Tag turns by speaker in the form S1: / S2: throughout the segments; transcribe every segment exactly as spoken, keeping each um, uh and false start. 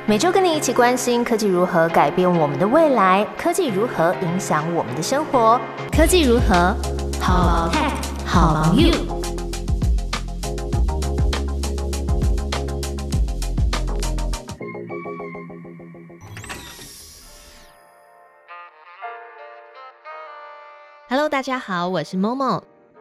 S1: 每周跟你一起关心科技如何改变我们的未来，科技如何影响我们的生活，科技如何好 Tech 好 You。Hello， 大家好，我是 Momo。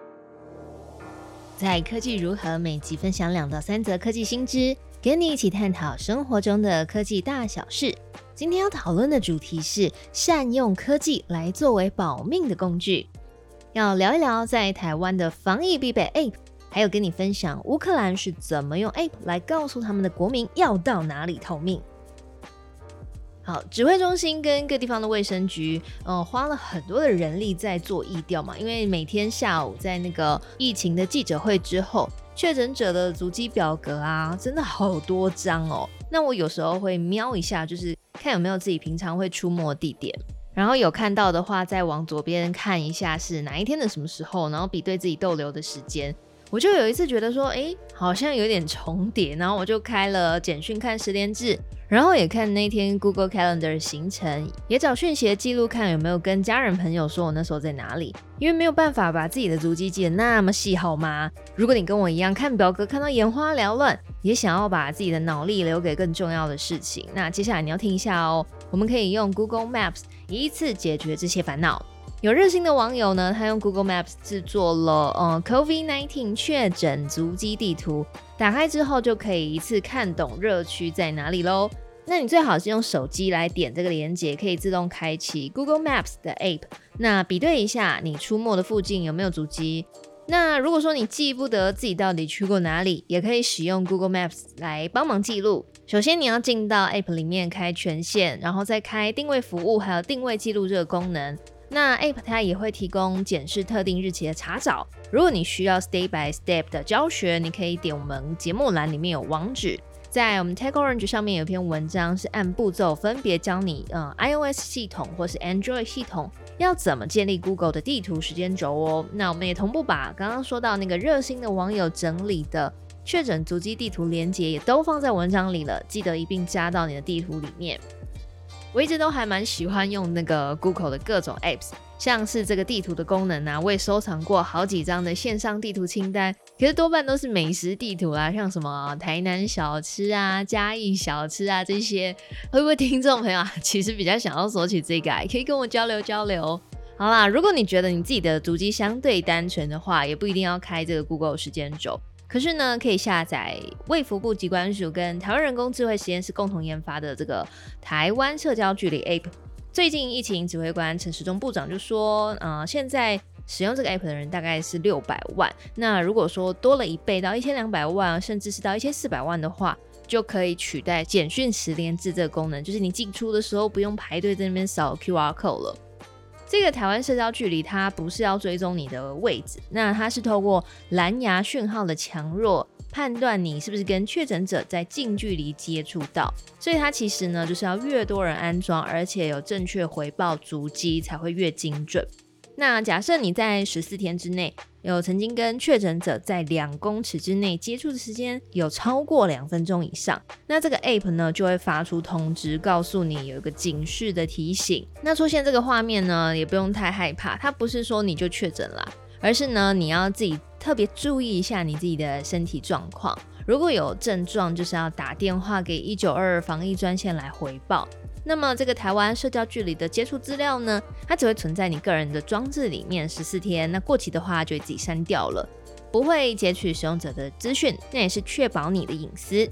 S1: 在科技如何每集分享两到三则科技新知，跟你一起探讨生活中的科技大小事。今天要讨论的主题是善用科技来作为保命的工具。要聊一聊在台湾的防疫必备 App， 还有跟你分享乌克兰是怎么用 App 来告诉他们的国民要到哪里逃命。好，指挥中心跟各地方的卫生局，呃，花了很多的人力在做疫调嘛，因为每天下午在那个疫情的记者会之后，确诊者的足迹表格啊，真的好多张哦。那我有时候会瞄一下，就是看有没有自己平常会出没的地点，然后有看到的话，再往左边看一下是哪一天的什么时候，然后比对自己逗留的时间。我就有一次觉得说，哎，好像有点重叠，然后我就开了简讯看时连制，然后也看那天 Google Calendar 的行程，也找讯息的记录看有没有跟家人朋友说我那时候在哪里，因为没有办法把自己的足迹记得那么细好吗？如果你跟我一样看表格看到眼花缭乱，也想要把自己的脑力留给更重要的事情，那接下来你要听一下哦，我们可以用 Google Maps 一次解决这些烦恼。有热心的网友呢，他用 Google Maps 制作了呃 COVID 十九 确诊足迹地图，打开之后就可以一次看懂热区在哪里咯。那你最好是用手机来点这个连结，可以自动开启 Google Maps 的 App， 那比对一下你出没的附近有没有足迹。那如果说你记不得自己到底去过哪里，也可以使用 Google Maps 来帮忙记录。首先你要进到 App 里面开权限，然后再开定位服务还有定位记录这个功能。那 App 它也会提供检视特定日期的查找，如果你需要 Step by Step 的教学，你可以点我们节目栏里面有网址，在我们 TechOrange 上面有篇文章是按步骤分别教你、呃、iOS 系统或是 Android 系统要怎么建立 Google 的地图时间轴哦。那我们也同步把刚刚说到那个热心的网友整理的确诊足迹地图连结也都放在文章里了，记得一并加到你的地图里面。我一直都还蛮喜欢用那个 Google 的各种 Apps， 像是这个地图的功能啊，我也收藏过好几张的线上地图清单，可是多半都是美食地图啦，像什么台南小吃啊、嘉义小吃啊这些，会不会听众朋友啊，其实比较想要索取这个啊，也可以跟我交流交流。好啦，如果你觉得你自己的足迹相对单纯的话，也不一定要开这个 Google 时间轴。可是呢，可以下载卫福部疾管署跟台湾人工智慧实验室共同研发的这个台湾社交距离 App。最近疫情指挥官陈时中部长就说，呃，现在使用这个 App 的人大概是六百万。那如果说多了一倍到一千两百万，甚至是到一千四百万的话，就可以取代简讯实联制这个功能，就是你进出的时候不用排队在那边扫 Q R code 了。这个台湾社交距离它不是要追踪你的位置，那它是透过蓝牙讯号的强弱判断你是不是跟确诊者在近距离接触到，所以它其实呢就是要越多人安装，而且有正确回报足迹才会越精准。那假设你在十四天之内有曾经跟确诊者在两公尺之内接触的时间有超过两分钟以上，那这个 App 呢就会发出通知，告诉你有一个警示的提醒。那出现这个画面呢，也不用太害怕，它不是说你就确诊啦，而是呢你要自己特别注意一下你自己的身体状况。如果有症状，就是要打电话给一九二二防疫专线来回报。那么这个台湾社交距离的接触资料呢，它只会存在你个人的装置里面十四天，那过期的话就会自己删掉了，不会截取使用者的资讯，那也是确保你的隐私。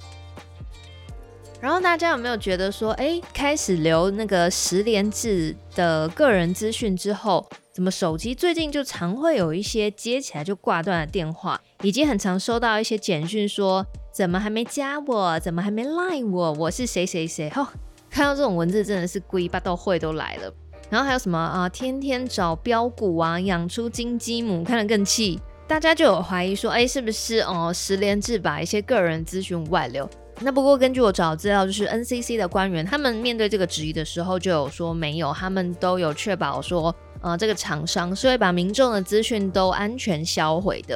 S1: 然后大家有没有觉得说，哎，开始留那个实联制的个人资讯之后，怎么手机最近就常会有一些接起来就挂断的电话，以及很常收到一些简讯说，怎么还没加我，怎么还没 line 我，我是谁谁谁。哦，看到这种文字真的是龟巴到会都来了。然后还有什么啊，天天找标股啊，养出金鸡母，看得更气。大家就有怀疑说，哎，是不是哦实联制把一些个人资讯外流？那不过根据我找资料，就是 N C C 的官员他们面对这个质疑的时候就有说没有，他们都有确保说呃这个厂商是会把民众的资讯都安全销毁的。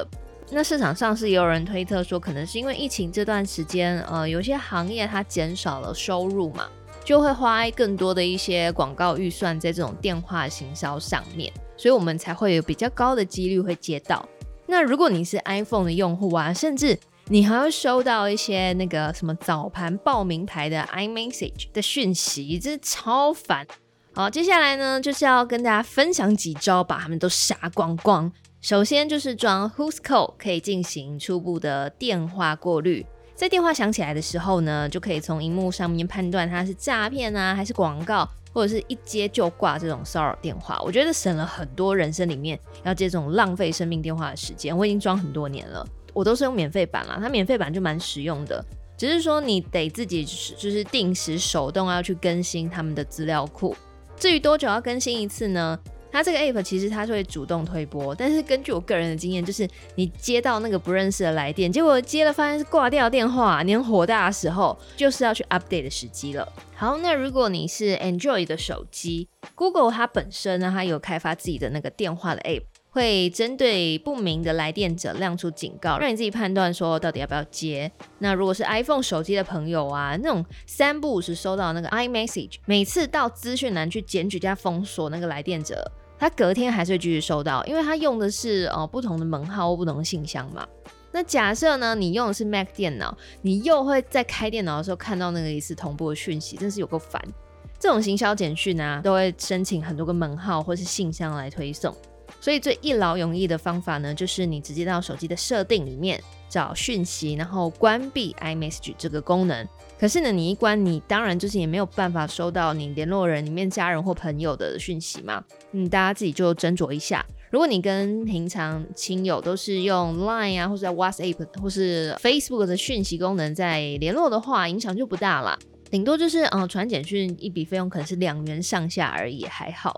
S1: 那市场上是也有人推测说，可能是因为疫情这段时间，呃，有些行业它减少了收入嘛，就会花更多的一些广告预算在这种电话行销上面，所以我们才会有比较高的几率会接到。那如果你是 iPhone 的用户啊，甚至你还会收到一些那个什么早盘报名牌的 iMessage 的讯息，这超烦。好，接下来呢就是要跟大家分享几招把他们都杀光光。首先就是装 Who's Call， 可以进行初步的电话过滤。在电话响起来的时候呢，就可以从荧幕上面判断它是诈骗啊，还是广告，或者是一接就挂这种骚扰电话。我觉得省了很多人生里面要接这种浪费生命电话的时间。我已经装很多年了，我都是用免费版啦，它免费版就蛮实用的，只是说你得自己就是定时手动要去更新他们的资料库。至于多久要更新一次呢？它这个 app 其实它是会主动推播，但是根据我个人的经验，就是你接到那个不认识的来电，结果接了发现是挂掉电话，你很火大的时候，就是要去 update 的时机了。好，那如果你是 Android 的手机 ，Google 它本身呢，它有开发自己的那个电话的 app， 会针对不明的来电者亮出警告，让你自己判断说到底要不要接。那如果是 iPhone 手机的朋友啊，那种三不五时收到那个 iMessage， 每次到资讯栏去检举加封锁那个来电者，他隔天还是会继续收到，因为他用的是、呃、不同的门号或不同的信箱嘛。那假设呢，你用的是 Mac 电脑，你又会在开电脑的时候看到那个一次同步的讯息，真是有够烦。这种行销简讯啊，都会申请很多个门号或是信箱来推送，所以最一劳永逸的方法呢，就是你直接到手机的设定里面找讯息，然后关闭 iMessage 这个功能。可是呢，你一关，你当然就是也没有办法收到你联络人里面家人或朋友的讯息嘛。嗯，大家自己就斟酌一下。如果你跟平常亲友都是用 Line 啊，或者 WhatsApp 或是 Facebook 的讯息功能在联络的话，影响就不大啦。顶多就是呃传简讯一笔费用可能是两元上下而已，还好。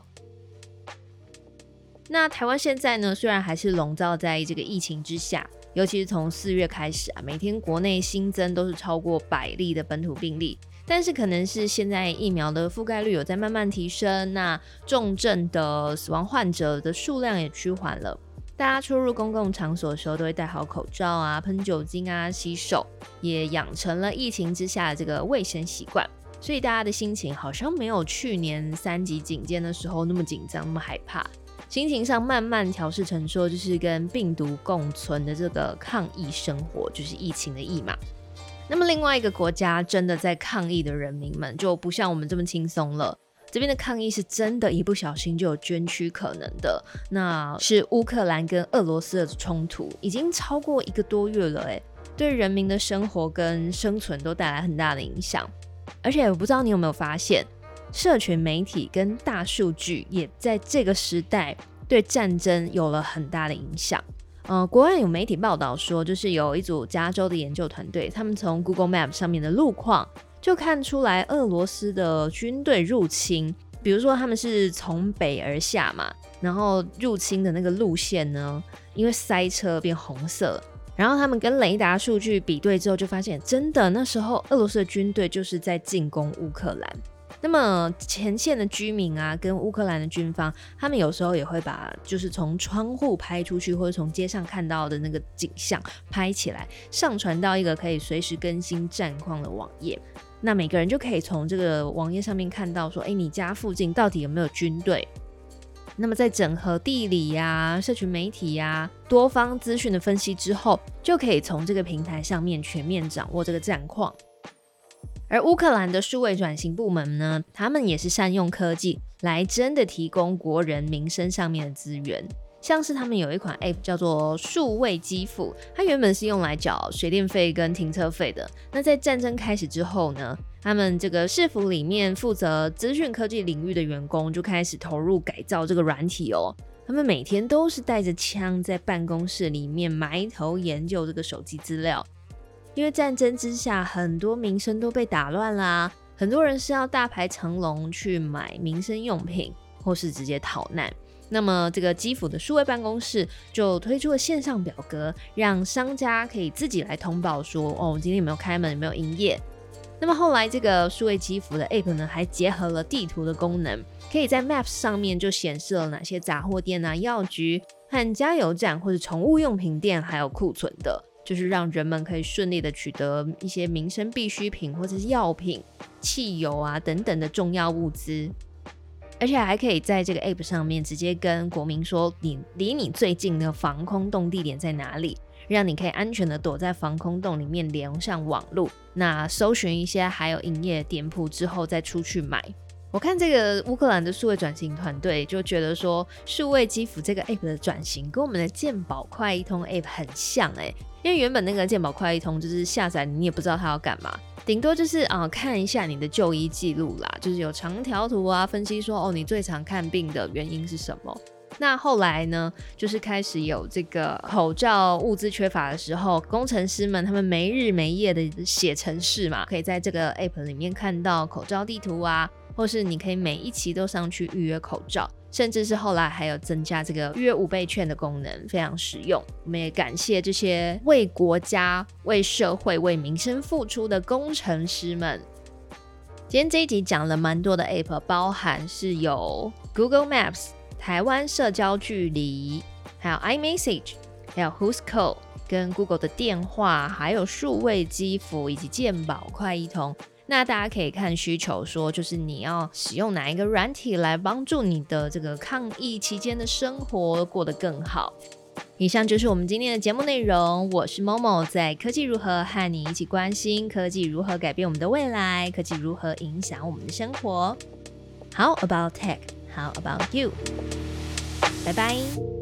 S1: 那台湾现在呢，虽然还是笼罩在这个疫情之下，尤其是从四月开始啊，每天国内新增都是超过百例的本土病例，但是可能是现在疫苗的覆盖率有在慢慢提升，那重症的死亡患者的数量也趋缓了。大家出入公共场所的时候都会戴好口罩啊，喷酒精啊，洗手，也养成了疫情之下的这个卫生习惯，所以大家的心情好像没有去年三级警戒的时候那么紧张，那么害怕。心情上慢慢调试成说，就是跟病毒共存的这个抗疫生活，就是疫情的疫嘛。那么另外一个国家真的在抗疫的人民们就不像我们这么轻松了，这边的抗议是真的一不小心就有捐躯可能的。那是乌克兰跟俄罗斯的冲突，已经超过一个多月了，哎，对人民的生活跟生存都带来很大的影响。而且我不知道你有没有发现，社群媒体跟大数据也在这个时代对战争有了很大的影响。呃，国外有媒体报道说，就是有一组加州的研究团队，他们从 Google Map 上面的路况就看出来俄罗斯的军队入侵，比如说他们是从北而下嘛，然后入侵的那个路线呢，因为塞车变红色，然后他们跟雷达数据比对之后就发现，真的那时候俄罗斯的军队就是在进攻乌克兰。那么前线的居民啊，跟乌克兰的军方，他们有时候也会把就是从窗户拍出去，或者从街上看到的那个景象拍起来，上传到一个可以随时更新战况的网页。那每个人就可以从这个网页上面看到说，哎，你家附近到底有没有军队？那么在整合地理啊、社群媒体啊、多方资讯的分析之后，就可以从这个平台上面全面掌握这个战况。而乌克兰的数位转型部门呢，他们也是善用科技来真的提供国人民生上面的资源，像是他们有一款 App 叫做数位基付，它原本是用来缴水电费跟停车费的。那在战争开始之后呢，他们这个市府里面负责资讯科技领域的员工就开始投入改造这个软体哦。他们每天都是带着枪在办公室里面埋头研究这个手机资料。因为战争之下，很多民生都被打乱啦，很多人是要大排长龙去买民生用品，或是直接逃难。那么这个基辅的数位办公室就推出了线上表格，让商家可以自己来通报说，哦，今天有没有开门，有没有营业。那么后来这个数位基辅的 App 呢，还结合了地图的功能，可以在 Maps 上面就显示了哪些杂货店啊、药局和加油站或者宠物用品店还有库存的，就是让人们可以顺利的取得一些民生必需品或者是药品、汽油啊等等的重要物资。而且还可以在这个 App 上面直接跟国民说你离你最近的防空洞地点在哪里，让你可以安全的躲在防空洞里面连上网路，那搜寻一些还有营业店铺之后再出去买。我看这个乌克兰的数位转型团队就觉得说，数位基辅这个 App 的转型跟我们的健保快易通 App 很像欸，因为原本那个健保快易通就是下载你也不知道它要干嘛，顶多就是、呃、看一下你的就医记录啦，就是有长条图啊，分析说哦你最常看病的原因是什么。那后来呢，就是开始有这个口罩物资缺乏的时候，工程师们他们没日没夜的写程式嘛，可以在这个 App 里面看到口罩地图啊，或是你可以每一期都上去预约口罩，甚至是后来还有增加这个预约五倍券的功能，非常实用。我们也感谢这些为国家、为社会、为民生付出的工程师们。今天这一集讲了蛮多的 App， 包含是有 Google Maps、台湾社交距离，还有 iMessage， 还有 Whoscall 跟 Google 的电话，还有数位基辅以及健保快易通。那大家可以看需求说，就是你要使用哪一个软体来帮助你的这个抗疫期间的生活过得更好。以上就是我们今天的节目内容，我是 Momo， 在科技如何和你一起关心科技如何改变我们的未来，科技如何影响我们的生活。How about tech? How about you? 拜拜。